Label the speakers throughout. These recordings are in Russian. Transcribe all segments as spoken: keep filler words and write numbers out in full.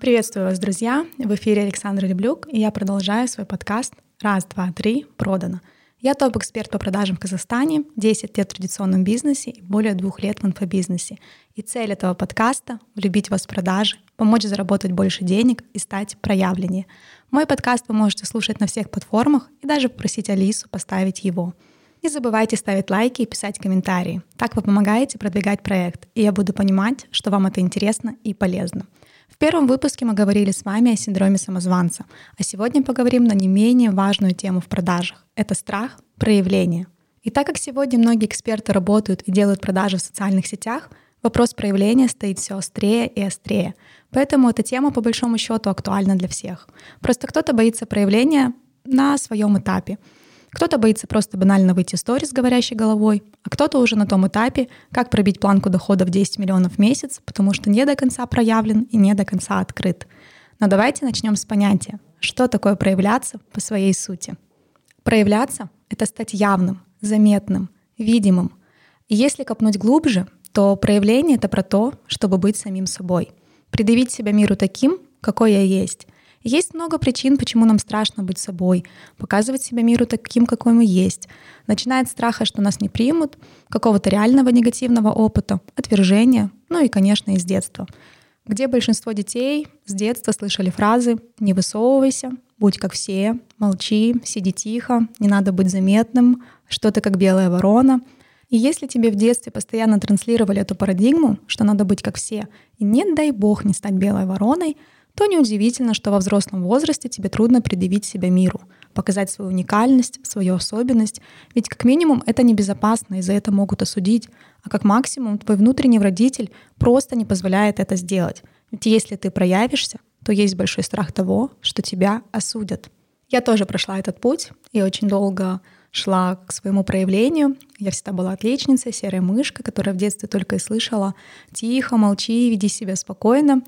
Speaker 1: Приветствую вас, друзья! В эфире Александра Леблюк, и я продолжаю свой подкаст «Раз, два, три. Продано». Я топ-эксперт по продажам в Казахстане, десять лет в традиционном бизнесе и более двух лет в инфобизнесе. И цель этого подкаста — влюбить вас в продажи, помочь заработать больше денег и стать проявленнее. Мой подкаст вы можете слушать на всех платформах и даже попросить Алису поставить его. Не забывайте ставить лайки и писать комментарии. Так вы помогаете продвигать проект, и я буду понимать, что вам это интересно и полезно. В первом выпуске мы говорили с вами о синдроме самозванца, а сегодня поговорим на не менее важную тему в продажах — это страх проявления. И так как сегодня многие эксперты работают и делают продажи в социальных сетях, вопрос проявления стоит все острее и острее. Поэтому эта тема по большому счету актуальна для всех. Просто кто-то боится проявления на своем этапе. Кто-то боится просто банально выйти в сторис с говорящей головой, а кто-то уже на том этапе, как пробить планку дохода в десять миллионов в месяц, потому что не до конца проявлен и не до конца открыт. Но давайте начнем с понятия, что такое проявляться по своей сути. Проявляться — это стать явным, заметным, видимым. И если копнуть глубже, то проявление — это про то, чтобы быть самим собой, предъявить себя миру таким, какой я есть. Есть много причин, почему нам страшно быть собой, показывать себя миру таким, какой мы есть. Начиная от страха, что нас не примут, какого-то реального негативного опыта, отвержения, ну и, конечно, из детства, где большинство детей с детства слышали фразы «не высовывайся», «будь как все», «молчи», «сиди тихо», «не надо быть заметным», «что ты как белая ворона». И если тебе в детстве постоянно транслировали эту парадигму, что надо быть как все, и не дай бог не стать белой вороной, то неудивительно, что во взрослом возрасте тебе трудно предъявить себя миру, показать свою уникальность, свою особенность, ведь как минимум это небезопасно, и за это могут осудить, а как максимум твой внутренний родитель просто не позволяет это сделать. Ведь если ты проявишься, то есть большой страх того, что тебя осудят. Я тоже прошла этот путь и очень долго шла к своему проявлению. Я всегда была отличницей, серой мышкой, которая в детстве только и слышала «тихо, молчи, веди себя спокойно».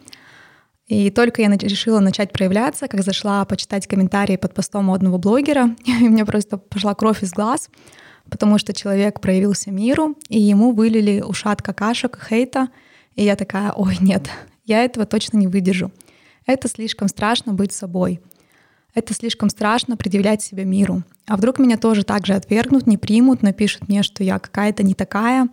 Speaker 1: И только я решила начать проявляться, как зашла почитать комментарии под постом модного блогера, и мне просто пошла кровь из глаз, потому что человек проявился миру, и ему вылили ушат какашек, хейта, и я такая: ой, нет, я этого точно не выдержу. Это слишком страшно быть собой. Это слишком страшно предъявлять себя миру. А вдруг меня тоже так же отвергнут, не примут, напишут мне, что я какая-то не такая.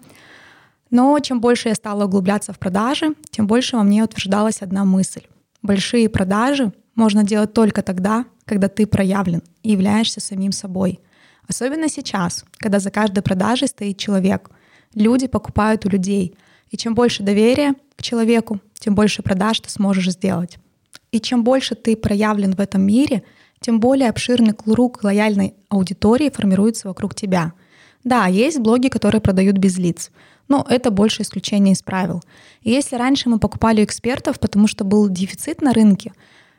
Speaker 1: Но чем больше я стала углубляться в продажи, тем больше во мне утверждалась одна мысль. Большие продажи можно делать только тогда, когда ты проявлен и являешься самим собой. Особенно сейчас, когда за каждой продажей стоит человек. Люди покупают у людей. И чем больше доверия к человеку, тем больше продаж ты сможешь сделать. И чем больше ты проявлен в этом мире, тем более обширный круг лояльной аудитории формируется вокруг тебя. Да, есть блоги, которые продают без лиц, но это больше исключение из правил. И если раньше мы покупали экспертов, потому что был дефицит на рынке,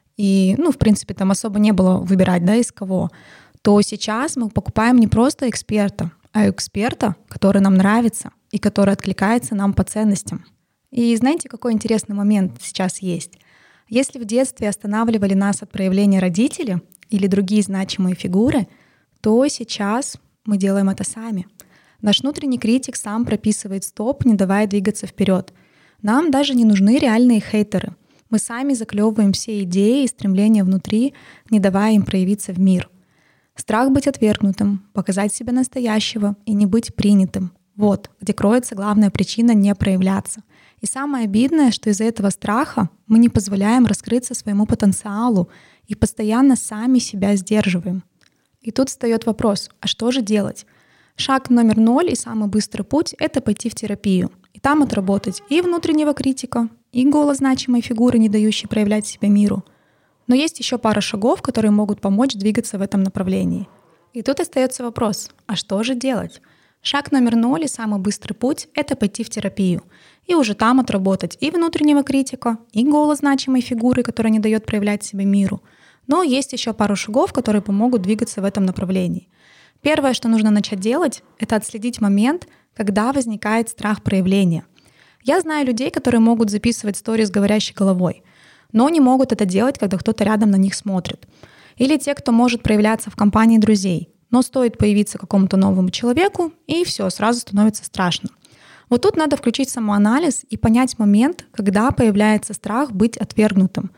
Speaker 1: и, ну, в принципе, там особо не было выбирать, да, из кого, то сейчас мы покупаем не просто эксперта, а эксперта, который нам нравится и который откликается нам по ценностям. И знаете, какой интересный момент сейчас есть? Если в детстве останавливали нас от проявления родители или другие значимые фигуры, то сейчас мы делаем это сами. Наш внутренний критик сам прописывает стоп, не давая двигаться вперед. Нам даже не нужны реальные хейтеры. Мы сами заклевываем все идеи и стремления внутри, не давая им проявиться в мир. Страх быть отвергнутым, показать себя настоящего и не быть принятым. Вот где кроется главная причина не проявляться. И самое обидное, что из-за этого страха мы не позволяем раскрыться своему потенциалу и постоянно сами себя сдерживаем. И тут встает вопрос: а что же делать? Шаг номер ноль и самый быстрый путь — это пойти в терапию. И там отработать и внутреннего критика, и голос значимой фигуры, не дающей проявлять себя миру. Но есть еще пара шагов, которые могут помочь двигаться в этом направлении. И тут остается вопрос: а что же делать? Шаг номер ноль и самый быстрый путь — это пойти в терапию. И уже там отработать и внутреннего критика, и голос значимой фигуры, которая не дает проявлять себя миру. Но есть еще пару шагов, которые помогут двигаться в этом направлении. Первое, что нужно начать делать, это отследить момент, когда возникает страх проявления. Я знаю людей, которые могут записывать сторис с говорящей головой, но не могут это делать, когда кто-то рядом на них смотрит. Или те, кто может проявляться в компании друзей, но стоит появиться какому-то новому человеку, и все, сразу становится страшно. Вот тут надо включить самоанализ и понять момент, когда появляется страх быть отвергнутым.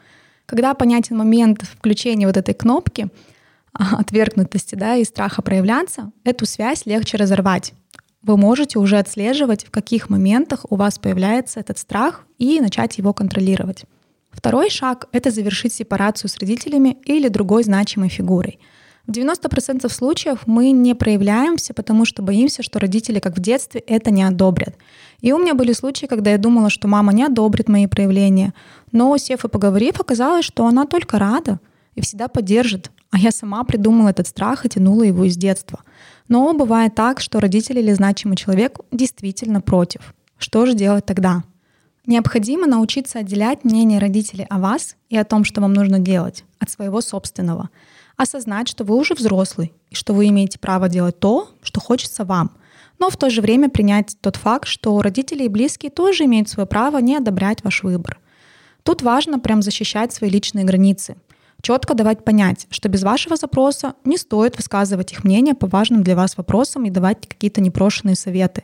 Speaker 1: Когда понятен момент включения вот этой кнопки отвергнутости, да, и страха проявляться, эту связь легче разорвать. Вы можете уже отслеживать, в каких моментах у вас появляется этот страх, и начать его контролировать. Второй шаг — это завершить сепарацию с родителями или другой значимой фигурой. В девяноста процентах случаев мы не проявляемся, потому что боимся, что родители, как в детстве, это не одобрят. И у меня были случаи, когда я думала, что мама не одобрит мои проявления, но, сев и поговорив, оказалось, что она только рада и всегда поддержит, а я сама придумала этот страх и тянула его из детства. Но бывает так, что родители или значимый человек действительно против. Что же делать тогда? Необходимо научиться отделять мнение родителей о вас и о том, что вам нужно делать, от своего собственного. Осознать, что вы уже взрослый, и что вы имеете право делать то, что хочется вам. Но в то же время принять тот факт, что родители и близкие тоже имеют свое право не одобрять ваш выбор. Тут важно прям защищать свои личные границы. Четко давать понять, что без вашего запроса не стоит высказывать их мнение по важным для вас вопросам и давать какие-то непрошенные советы.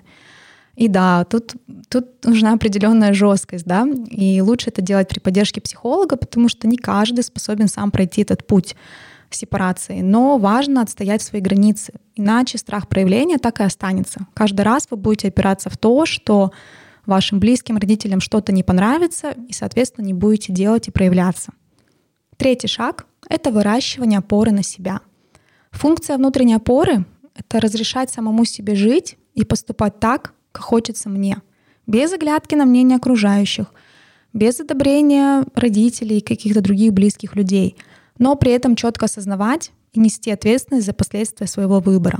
Speaker 1: И да, тут, тут нужна определенная жесткость, да, и лучше это делать при поддержке психолога, потому что не каждый способен сам пройти этот путь сепарации. Но важно отстоять свои границы, иначе страх проявления так и останется. Каждый раз вы будете опираться в то, что вашим близким, родителям что-то не понравится, и, соответственно, не будете делать и проявляться. Третий шаг — это выращивание опоры на себя. Функция внутренней опоры — это разрешать самому себе жить и поступать так, как хочется мне, без оглядки на мнение окружающих, без одобрения родителей и каких-то других близких людей, но при этом четко осознавать и нести ответственность за последствия своего выбора.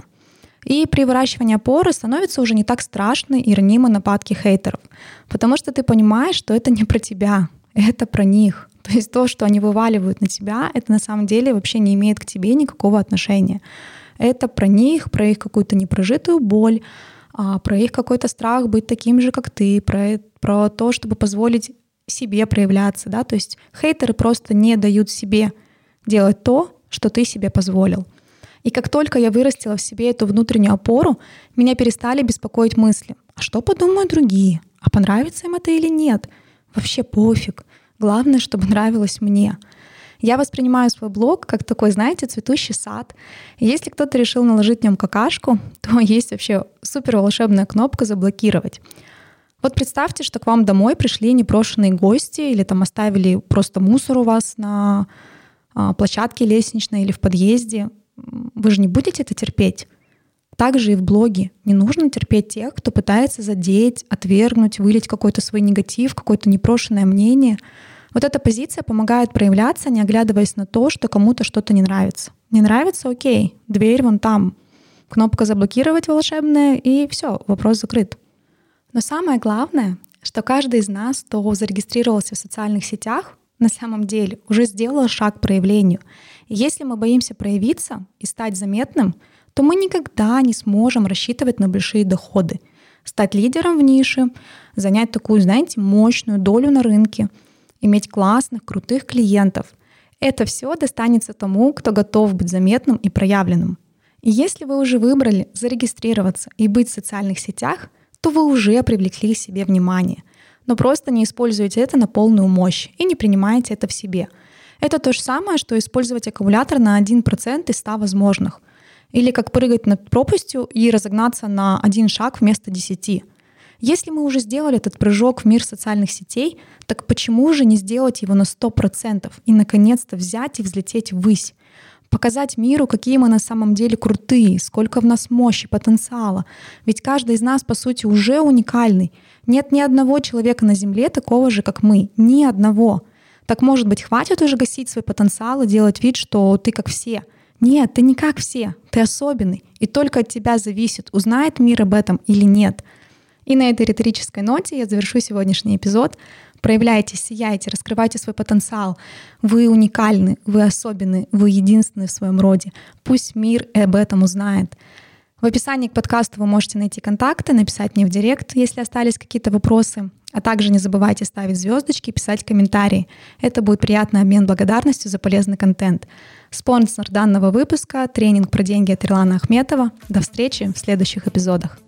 Speaker 1: И при выращивании опоры становится уже не так страшно и ранимы нападки хейтеров, потому что ты понимаешь, что это не про тебя, это про них. То есть то, что они вываливают на тебя, это на самом деле вообще не имеет к тебе никакого отношения. Это про них, про их какую-то непрожитую боль, про их какой-то страх быть таким же, как ты, про, про то, чтобы позволить себе проявляться. Да? То есть хейтеры просто не дают себе делать то, что ты себе позволил. И как только я вырастила в себе эту внутреннюю опору, меня перестали беспокоить мысли. А что подумают другие? А понравится им это или нет? Вообще пофиг. Главное, чтобы нравилось мне. Я воспринимаю свой блог как такой, знаете, цветущий сад. И если кто-то решил наложить в нем какашку, то есть вообще супер волшебная кнопка «Заблокировать». Вот представьте, что к вам домой пришли непрошенные гости или там оставили просто мусор у вас на площадке лестничной или в подъезде. Вы же не будете это терпеть. Также и в блоге не нужно терпеть тех, кто пытается задеть, отвергнуть, вылить какой-то свой негатив, какое-то непрошенное мнение. Вот эта позиция помогает проявляться, не оглядываясь на то, что кому-то что-то не нравится. Не нравится — окей, дверь вон там, кнопка «Заблокировать» волшебная, и все, вопрос закрыт. Но самое главное, что каждый из нас, кто зарегистрировался в социальных сетях, на самом деле уже сделал шаг к проявлению. И если мы боимся проявиться и стать заметным, то мы никогда не сможем рассчитывать на большие доходы, стать лидером в нише, занять такую, знаете, мощную долю на рынке, иметь классных, крутых клиентов. Это все достанется тому, кто готов быть заметным и проявленным. И если вы уже выбрали зарегистрироваться и быть в социальных сетях, то вы уже привлекли к себе внимание. Но просто не используйте это на полную мощь и не принимайте это в себе. Это то же самое, что использовать аккумулятор на один процент из ста возможных. Или как прыгать над пропастью и разогнаться на один шаг вместо десяти. Если мы уже сделали этот прыжок в мир социальных сетей, так почему же не сделать его на сто процентов и наконец-то взять и взлететь ввысь? Показать миру, какие мы на самом деле крутые, сколько в нас мощи, потенциала. Ведь каждый из нас, по сути, уже уникальный. Нет ни одного человека на Земле такого же, как мы. Ни одного. Так, может быть, хватит уже гасить свой потенциал и делать вид, что ты как все? Нет, ты не как все. Ты особенный. И только от тебя зависит, узнает мир об этом или нет. И на этой риторической ноте я завершу сегодняшний эпизод. Проявляйте, сияйте, раскрывайте свой потенциал. Вы уникальны, вы особенны, вы единственны в своем роде. Пусть мир об этом узнает. В описании к подкасту вы можете найти контакты, написать мне в директ, если остались какие-то вопросы. А также не забывайте ставить звездочки и писать комментарии. Это будет приятный обмен благодарностью за полезный контент. Спонсор данного выпуска — тренинг про деньги от Ирлана Ахметова. До встречи в следующих эпизодах.